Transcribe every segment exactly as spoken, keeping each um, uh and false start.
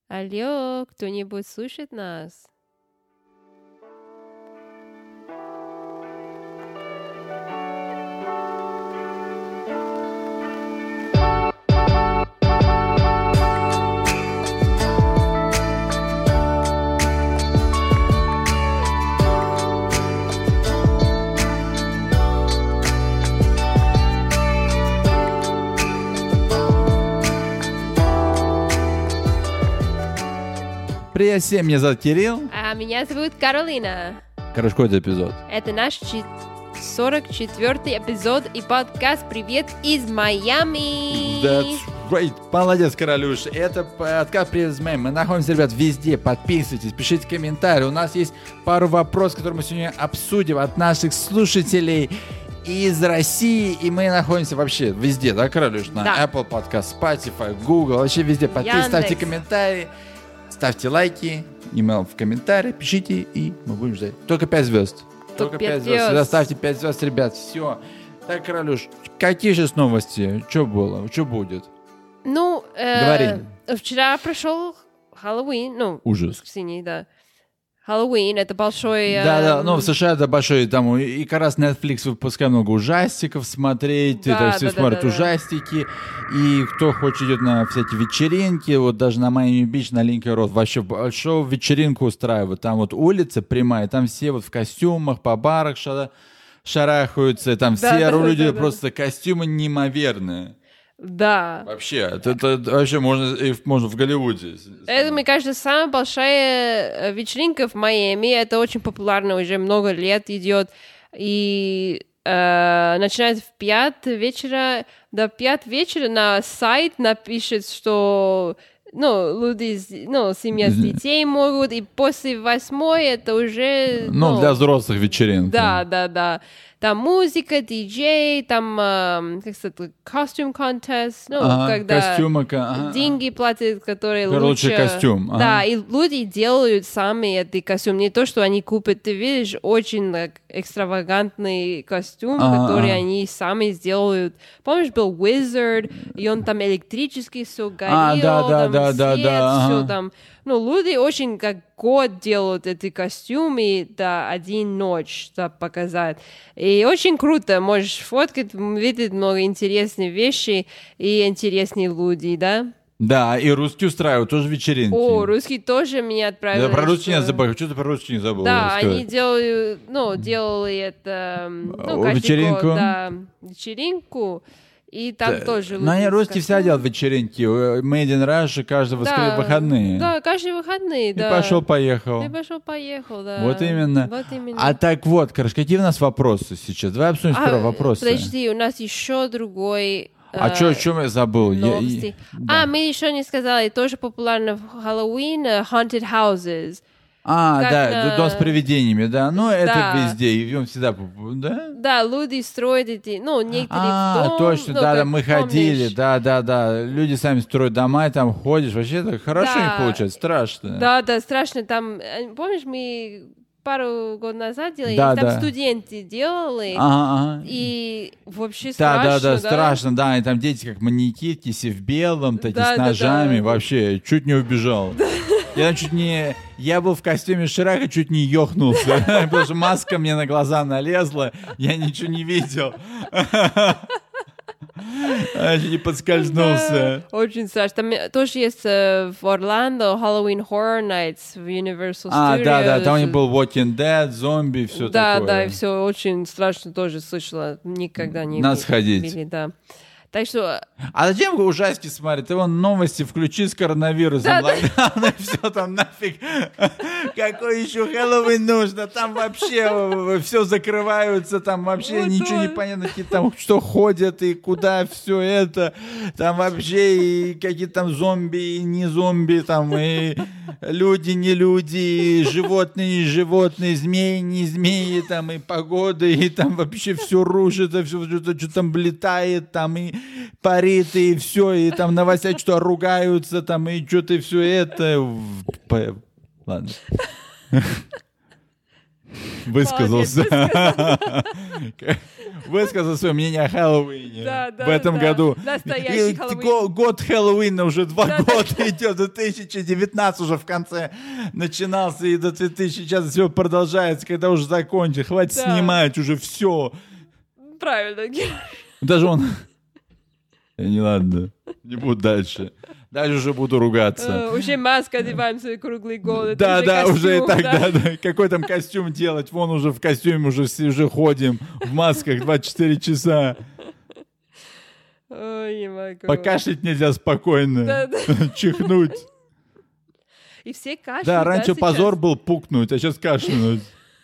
Алло, кто-нибудь слышит нас? Привет всем, меня зовут Кирилл. А меня зовут Каролина. Короче, какой это эпизод? Это наш сорок четвёртый эпизод и подкаст «Привет из Майами». That's right. Молодец, Королюш. Это подкаст «Привет из Майами». Мы находимся, ребят, везде. Подписывайтесь, пишите комментарии. У нас есть пару вопросов, которые мы сегодня обсудим от наших слушателей из России, и мы находимся вообще везде, да, Королюш? На да. Apple Podcast, Spotify, Google, вообще везде. Подписывайтесь, ставьте комментарии. Ставьте лайки, email в комментарии, пишите, и мы будем ждать. Только пять звезд. Только пять звезд. Всегда ставьте пять звезд, ребят. Все. Так, Королюш, какие сейчас новости? Что было? Что будет? Ну, э, Говори. Вчера прошел Хэллоуин. Ну, ужас. Синий, да. Хэллоуин, это большой... Э, да, да, ну в США это большой, там и как раз Netflix выпускает много ужастиков смотреть, да, это все да, смотрят да, да, ужастики, и кто хочет идет на всякие вечеринки, вот даже на Майами-Бич, на Линкен-Роуд, вообще большую вечеринку устраивают, там вот улица прямая, там все вот в костюмах, по барах шара, шарахаются, там да, все да, люди да, да, просто да. Костюмы неимоверные. Да. Вообще, это, это вообще можно, можно в Голливуде. Это, мне кажется, самая большая вечеринка в Майами. Это очень популярно, уже много лет идет. И э, начинается в пять вечера. До пять вечера на сайт напишет, что ну, люди, ну, семья с детей могут. И после восьмой это уже... Ну, ну для взрослых вечеринок. Да, да, да. Там музыка, диджей, там, э, как сказать, костюм контест, ну, ага, когда костюмака, ага. деньги платят, которые лучше... лучше... костюм. Ага. Да, и люди делают сами этот костюм. Не то, что они купят, ты видишь, очень like, экстравагантный костюм, ага, который ага. они сами сделают. Помнишь, был Wizard, и он там электрически все горел, а, да, да, там да, свет, да, да, все ага. там... Ну, люди очень как год делают эти костюмы, да, один ночь, да, показать. И очень круто, можешь фоткать, видеть много интересных вещей и интересные люди, да? Да, и русские устраивают тоже вечеринки. О, русские тоже меня отправили. Да, про русские что... не забыл, что ты про русские не забыл. Да, рассказать. Они делали, ну, делали это, ну, каждый вечеринку. год, да, вечеринку. И там да. тоже... Но они русские всегда делают вечеринки. Made in Russia каждые да. выходные. Да, каждые выходные, да. И пошел-поехал. И пошел-поехал, да. Вот именно. вот именно. А так вот, короче, какие у нас вопросы сейчас? Давай обсудим а, сперва вопросы. Подожди, у нас еще другой... А что, что я забыл? Новости. Я, да. А, мы еще не сказали, тоже популярно в Хэллоуин, Haunted Houses. А, как да, на... дом с привидениями, да. Ну, это да. везде, и он всегда, да? Да, люди строят эти, ну, некоторые а, в дом. точно, ну, да, да, мы помнишь. ходили, да, да, да. Люди сами строят дома, и там ходишь, вообще это хорошо да. не получается, страшно. Да, да, страшно. Там, помнишь, мы пару год назад делали, да, там да. студенты делали, ага, ага. и вообще да, страшно, да, да, да, страшно, да, и там дети как маньяки, все в белом, такие да, с ножами, да, да. вообще, чуть не убежал. Я там чуть не... Я был в костюме Шрека, чуть не ёхнулся, потому что маска мне на глаза налезла, я ничего не видел. А не подскользнулся. Да, очень страшно. Там тоже есть uh, в Орландо Halloween Horror Nights в Universal Studios. А, да, да, там у них был Walking Dead, зомби, все да, такое. Да, да, и все очень страшно тоже слышала. Никогда не Надо сходить. Били, да. Так что... А зачем вы ужастики смотрите? Ты вон новости включи с коронавирусом, да, локдаун, да. И все там нафиг. Какой еще Хэллоуин нужно? Там вообще все закрываются, там вообще вот ничего он. Не понятно, какие там что ходят и куда все это. Там вообще и какие-то там зомби, и не зомби, там и люди, не люди, и животные, не животные, змеи, не змеи, там и погода, и там вообще все рушится, все что-то там летает, там и парит, и все, и там новостя что ругаются, там, и что-то все это. Ладно. высказался. Высказал свое мнение о Хэллоуине Да, да, в этом да. году. Настоящий И Хэллоуин. го- Год Хэллоуина уже два Да, да. года идет, две тысячи девятнадцатый уже в конце начинался, и до две тысячи сейчас все продолжается, когда уже закончится. Хватит Да. снимать уже все. Правильно. Даже он... Э, Не ладно, не буду дальше. Дальше уже буду ругаться. Э, Уже маску одеваемся круглый год. это Да, да, уже и костюм, так, да, да. Какой там костюм делать? Вон уже в костюме уже все уже ходим, в масках двадцать четыре часа. Ой, не могу. Покашлять нельзя спокойно. Да, да. Чихнуть. И все кашляют. Да, раньше сейчас? позор был пукнуть, а сейчас кашлянуть.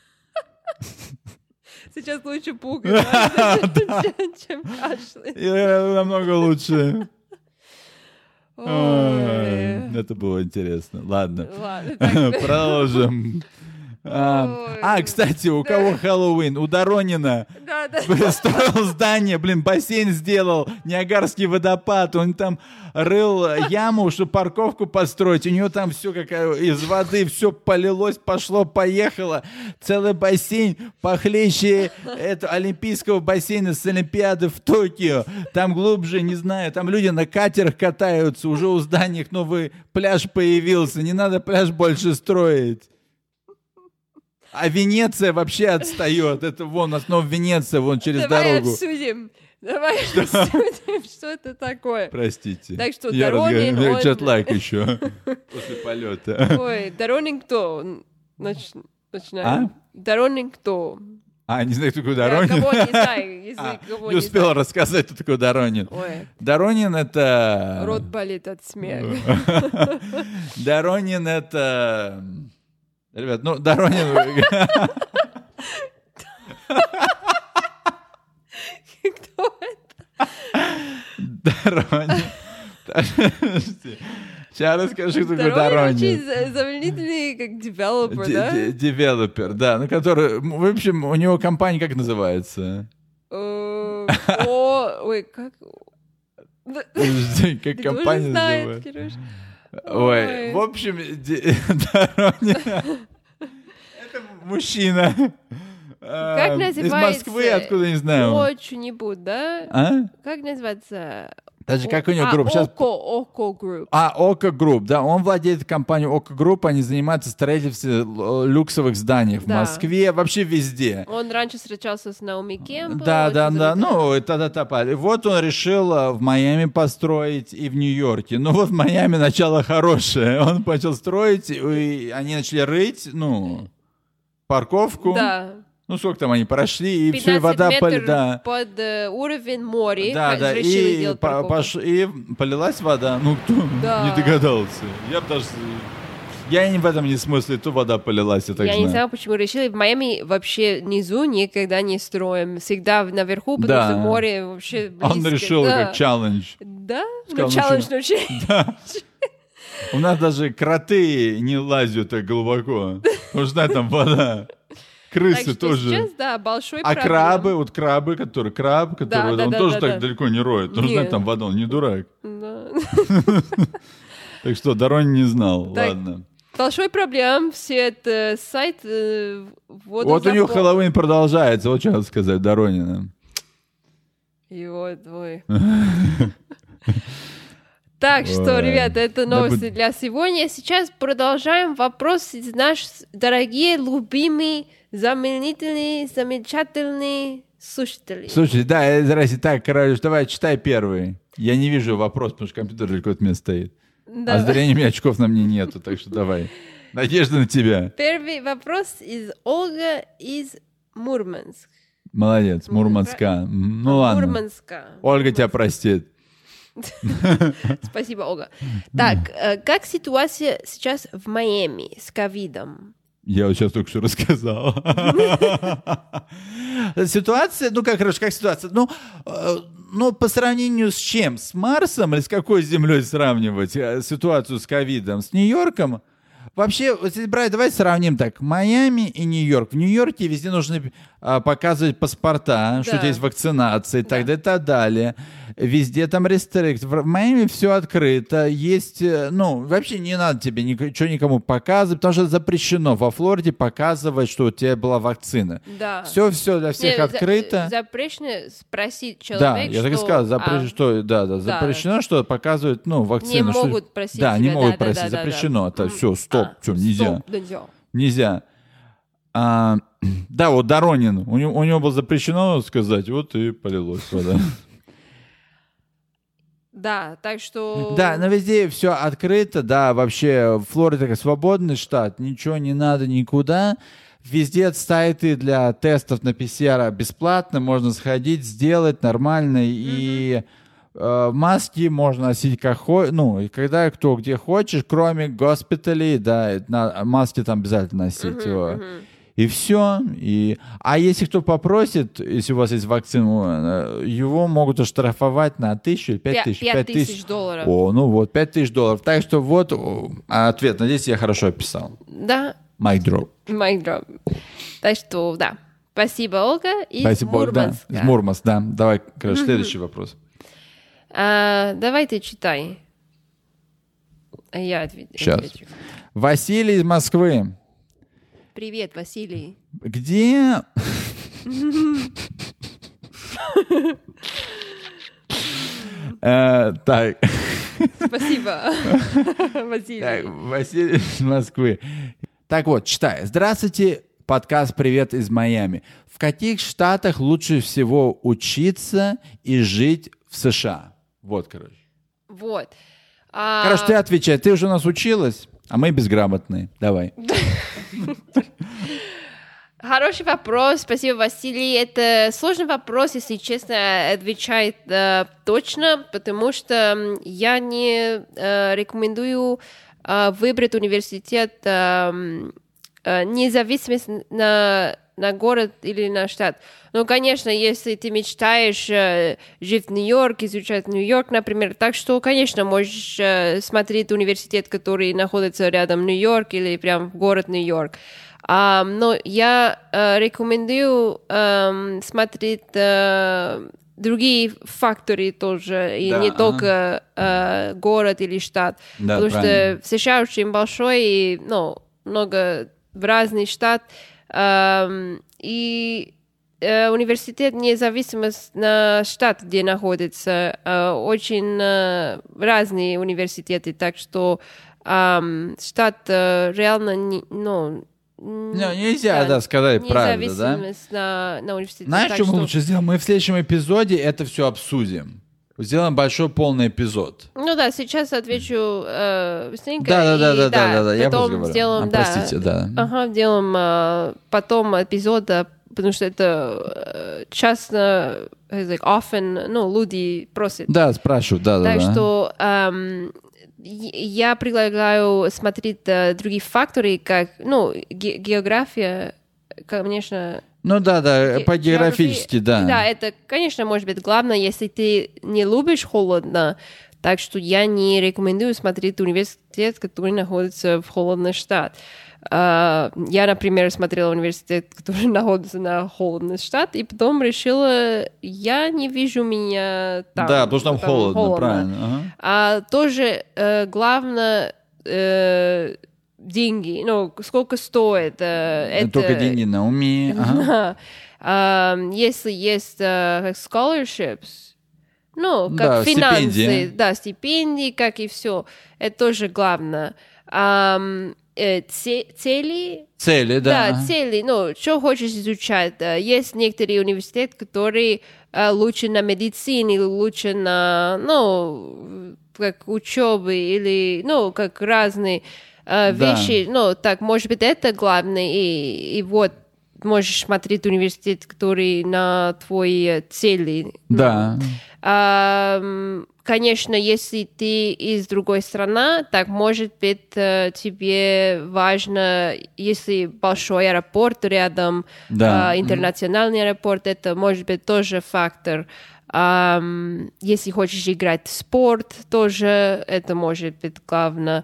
Сейчас лучше пукать, да, чем- чем кашлять. И, э, намного лучше. Ой. Ой, Это было интересно. Ладно. Ладно, так, Продолжим. А, Ой. а, кстати, у кого Хэллоуин? У Доронина. да, да. Строил здание, блин, бассейн сделал, Ниагарский водопад, он там рыл яму, чтобы парковку построить, у него там все как из воды, все полилось, пошло, поехало, целый бассейн похлеще это, олимпийского бассейна с Олимпиады в Токио, там глубже, не знаю, там люди на катерах катаются, уже у зданий новый пляж появился, не надо пляж больше строить. А Венеция вообще отстает. Это вон, основа Венеция, вон через Давай дорогу. обсудим. Давай обсудим, что это такое. Простите. Так что Я Доронин, разговариваю, он- джетлаг еще после полета. Ой, Доронин кто? Нач- А? Начинаем. Доронин кто? А, не знаю, кто такой Я Доронин. кого не знаю, если А, кого не успел знаю. рассказать, кто такой Доронин. Ой, Доронин это... рот болит от смеха. Доронин это... Ребят, ну, Доронин... Кто это? Доронин. Подожди. Сейчас расскажи, кто такой Доронин очень Доронин. за- знаменитый как девелопер, да? Де- де- Девелопер, да, ну, который... В общем, у него компания как называется? Э, О, ой, как... Подожди, как Ты тоже компания знаешь, называется? Кирюш? Ой, Ой. в общем, де- Доронин... Это мужчина. Как Э, называется? Из Москвы, откуда, не знаю. О, что-нибудь, да? А? Как называется? Даже как у него А, группа. Сейчас... Око, Око Групп. А, Око Групп, да, он владеет компанией Око Групп, они занимаются строительством л- люксовых зданий в Да. Москве, вообще везде. Он раньше встречался с Наоми Кэмпбелл. Да, очень да, да, знаменитый. ну, та-та-та. И вот он решил а, в Майами построить и в Нью-Йорке. Ну, вот в Майами начало хорошее. Он начал строить, и они начали рыть, ну, парковку. Да. Ну, сколько там они прошли, и все, и пятнадцать вода метров пол- да. под э, уровень моря. Да, да, решили и, делать по- парковку. пош- и полилась вода. Ну, кто Да. не догадался? Я бы даже... Я и в этом не смысле, то вода полилась, я так Я знаю. не знаю, почему решили. В Майами вообще внизу никогда не строим. Всегда наверху, потому Да. что море вообще близко. Он решил да. как челлендж. Да? Сказал, Ну, ну челлендж что? вообще. У нас даже кроты не лазят так глубоко. Нужна там вода. Так Крысы что тоже. сейчас, да, большой А проблем. крабы, вот крабы, которые краб, который, да, он да, тоже да, так да. далеко не роет. Нужна Нет. там вода, он не дурак. Да. Так что Доронин не знал. Так, Ладно. Большой проблем. Все это сайт э, Вот у него водозапор- Хэллоуин продолжается. Вот что надо сказать Доронина. И вот, ой. Так что, Ой. ребята, это новости Да, для сегодня. Сейчас продолжаем вопрос из наших дорогие, любимые, знаменитые, замечательные слушатели. Слушай, да, э, здрасте. Так, короче, давай читай первый. Я не вижу вопрос, потому что компьютер далеко от меня стоит. Да. А зрения у меня очков на мне нету, так что давай. Надежда на тебя. Первый вопрос из Ольга из Мурманск. Молодец, Мур- Мурманска. М, Ну ладно. Мурманска. Ольга тебя простит. Спасибо, Ольга. Так, э, как ситуация сейчас в Майами с ковидом? Я вот сейчас только что рассказал. Ситуация, ну как хорошо, как ситуация? Ну, э, ну, по сравнению с чем? С Марсом или с какой землей сравнивать э, ситуацию с ковидом? С Нью-Йорком? Вообще, вот если брать, давай сравним так, Майами и Нью-Йорк. В Нью-Йорке везде нужны а, показывать паспорта, да. что у тебя есть вакцинация и да. так далее, и так далее. Везде там рестрикт. В Майами все открыто. Есть, ну, вообще не надо тебе ничего никому показывать, потому что запрещено во Флориде показывать, что у тебя была вакцина. Да. Все-все для всех не, открыто. За, запрещено спросить человека, Да, я что... так и сказал, запрещено, а, что, да, да, запрещено, да. что показывать, ну, вакцину. Не что, могут просить Да, тебя, не могут да, просить, да, да, запрещено. да, Это да. все, стоп, а, что, нельзя. Стоп, нельзя. Нельзя. А, да, вот Доронин, у него, у него было запрещено сказать, вот и полилось вода. Да, так что... Да, но везде все открыто, да, вообще Флорида такой свободный штат, ничего не надо никуда. Везде сайты для тестов на пи си ар бесплатно, можно сходить, сделать нормально, mm-hmm. и э, маски можно носить как хочешь, ну, и когда кто где хочешь, кроме госпиталей, да, на, маски там обязательно носить. Mm-hmm, mm-hmm. И все. И... А если кто попросит, если у вас есть вакцина, его могут оштрафовать на тысячу или пять тысяч. Пять тысяч долларов. О, ну вот, пять тысяч долларов. Так что вот ответ. Надеюсь, я хорошо описал. Да. Mic drop. Mic drop. Так что, да. Спасибо, Ольга. Из Спасибо, Мурманска. Да. Из Мурманска, да. Давай, короче, mm-hmm. следующий вопрос. А, давай ты читай. А я отвечу. Сейчас. Василий из Москвы. Привет, Василий. Где... Так. Спасибо, Василий. Василий из Москвы. Так вот, читай. Здравствуйте, подкаст «Привет из Майами». В каких штатах лучше всего учиться и жить в США? Вот, короче. Вот. Короче, ты отвечай. Ты уже у нас училась, а мы безграмотные. Давай. Хороший вопрос, спасибо, Василий. Это сложный вопрос, если честно, отвечать э, точно, потому что я не э, рекомендую э, выбрать университет э, э, независимо на, на город или на штат. Ну, конечно, если ты мечтаешь э, жить в Нью-Йорке, изучать Нью-Йорк, например, так что, конечно, можешь э, смотреть университет, который находится рядом в Нью-Йорке или прям в город Нью-Йорк. Uh, но я uh, рекомендую uh, смотреть uh, другие факторы тоже, и да, не ага. только uh, город или штат. Да, потому правильно. что США очень большой, и ну, много в разный штат. Uh, и uh, университет независимо на штат, где находится. Uh, очень uh, разные университеты, так что um, штат uh, реально не, ну, Ну, нельзя, да, да сказать правильно, да? На, на университете. Знаешь, так что мы что... лучше сделаем? Мы в следующем эпизоде это все обсудим. Сделаем большой полный эпизод. Ну да, сейчас отвечу э, быстренько. Да, да, да, и, да, да, да, да, я просто говорю. Сделаем, а, да, простите, да. Ага, сделаем э, потом эпизод, потому что это э, часто, like, often, ну, люди просят. Да, спрашивают, да, да. Так да. что эм, я предлагаю смотреть э, другие факторы, как, ну, ге- география, конечно. Ну да, да, Ге- по географически, да. Да, это, конечно, может быть главное, если ты не любишь холодно, так что я не рекомендую смотреть университет, который находится в холодный штат. Uh, я, например, смотрела университет, который находится на холодный штат, и потом решила, я не вижу меня там. Да, потому что там, там холодно, холодно, правильно. Ага. А, тоже uh, главное uh, деньги, ну, сколько стоит. Uh, это... Только деньги на уме. Ага. uh, если есть uh, scholarships, ну, как да, финансы, стипендии. да, стипендии, как и все, это тоже главное. Um, цели. Цели, да. Да, цели. Ну, что хочешь изучать. Есть некоторые университеты, которые лучше на медицине, лучше на, ну, как учебы или, ну, как разные да. вещи. Ну, так, может быть, это главное. И, и вот можешь смотреть университет, который на твои цели. Да. А, конечно, если ты из другой страны, так, может быть, тебе важно, если большой аэропорт рядом, да. а, интернациональный mm-hmm. аэропорт, это может быть тоже фактор. А, если хочешь играть в спорт, тоже это может быть главное.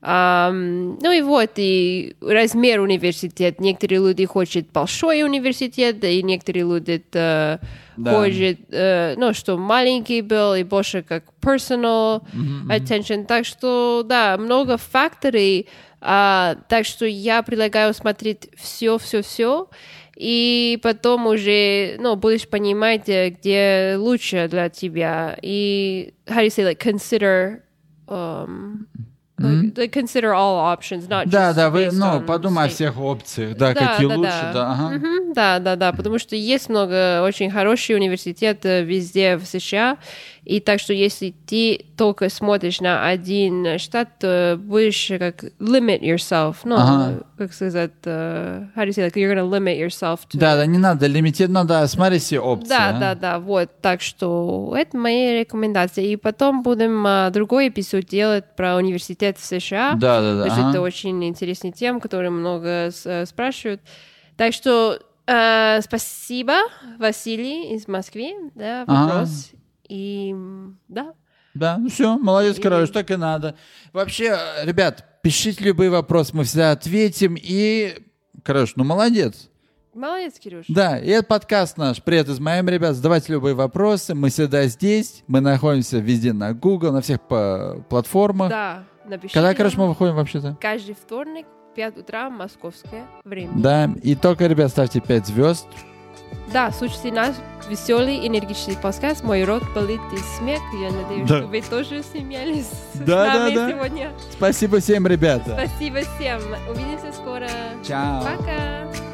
А, ну и вот, и размер университета. Некоторые люди хотят большой университет, и некоторые люди э, Да. хотят, э, ну, что маленький был, и больше как personal Мгм, мгм. attention. Так что, да, много факторов. А, так что я предлагаю смотреть все-все-все, и потом уже, ну, будешь понимать, э, где лучше для тебя. И, how do you say, like, consider, um, like, like, consider all options, not Да, just да, вы, based ну, on подумай о state. всех опциях, да, Да, какие да, лучше, да. да, ага. Мгм, да, да, да, потому что есть много очень хороших университетов везде в США, и так что если ты только смотришь на один штат, то будешь как limit yourself, ну, Ага. как сказать, uh, how do you say, like, you're gonna limit yourself to... Да, да, не надо лимитировать, надо смотреть все опции. Да, а. да, да, вот, так что это мои рекомендации. И потом будем а, другой эпизод делать про университет в США. Да, да, да. Потому что ага. это очень интересная тема, которую много с- э, спрашивают. Так что э, спасибо, Василий из Москвы, да, Ага. вопрос. И м, да, Да, ну все, молодец, И- короче, так и надо. Вообще, ребят, пишите любые вопросы, мы всегда ответим. И, короче, ну молодец. молодец, Кирюш. Да, и это подкаст наш. Привет из Майами, ребят. Задавайте любые вопросы. Мы всегда здесь. Мы находимся везде на Google, на всех по- платформах. Да, напишите. Когда, короче, мы нам. выходим вообще-то? Каждый вторник, пять утра, московское время. Да, и только, ребят, ставьте пять звезд. Да, слушайте наш веселый, энергичный подкаст. Мой рот болит и смех. Я надеюсь, Да. что вы тоже смеялись с Да, нами да, да. сегодня. Спасибо всем, ребята. Спасибо всем. Увидимся скоро. Чао. Пока.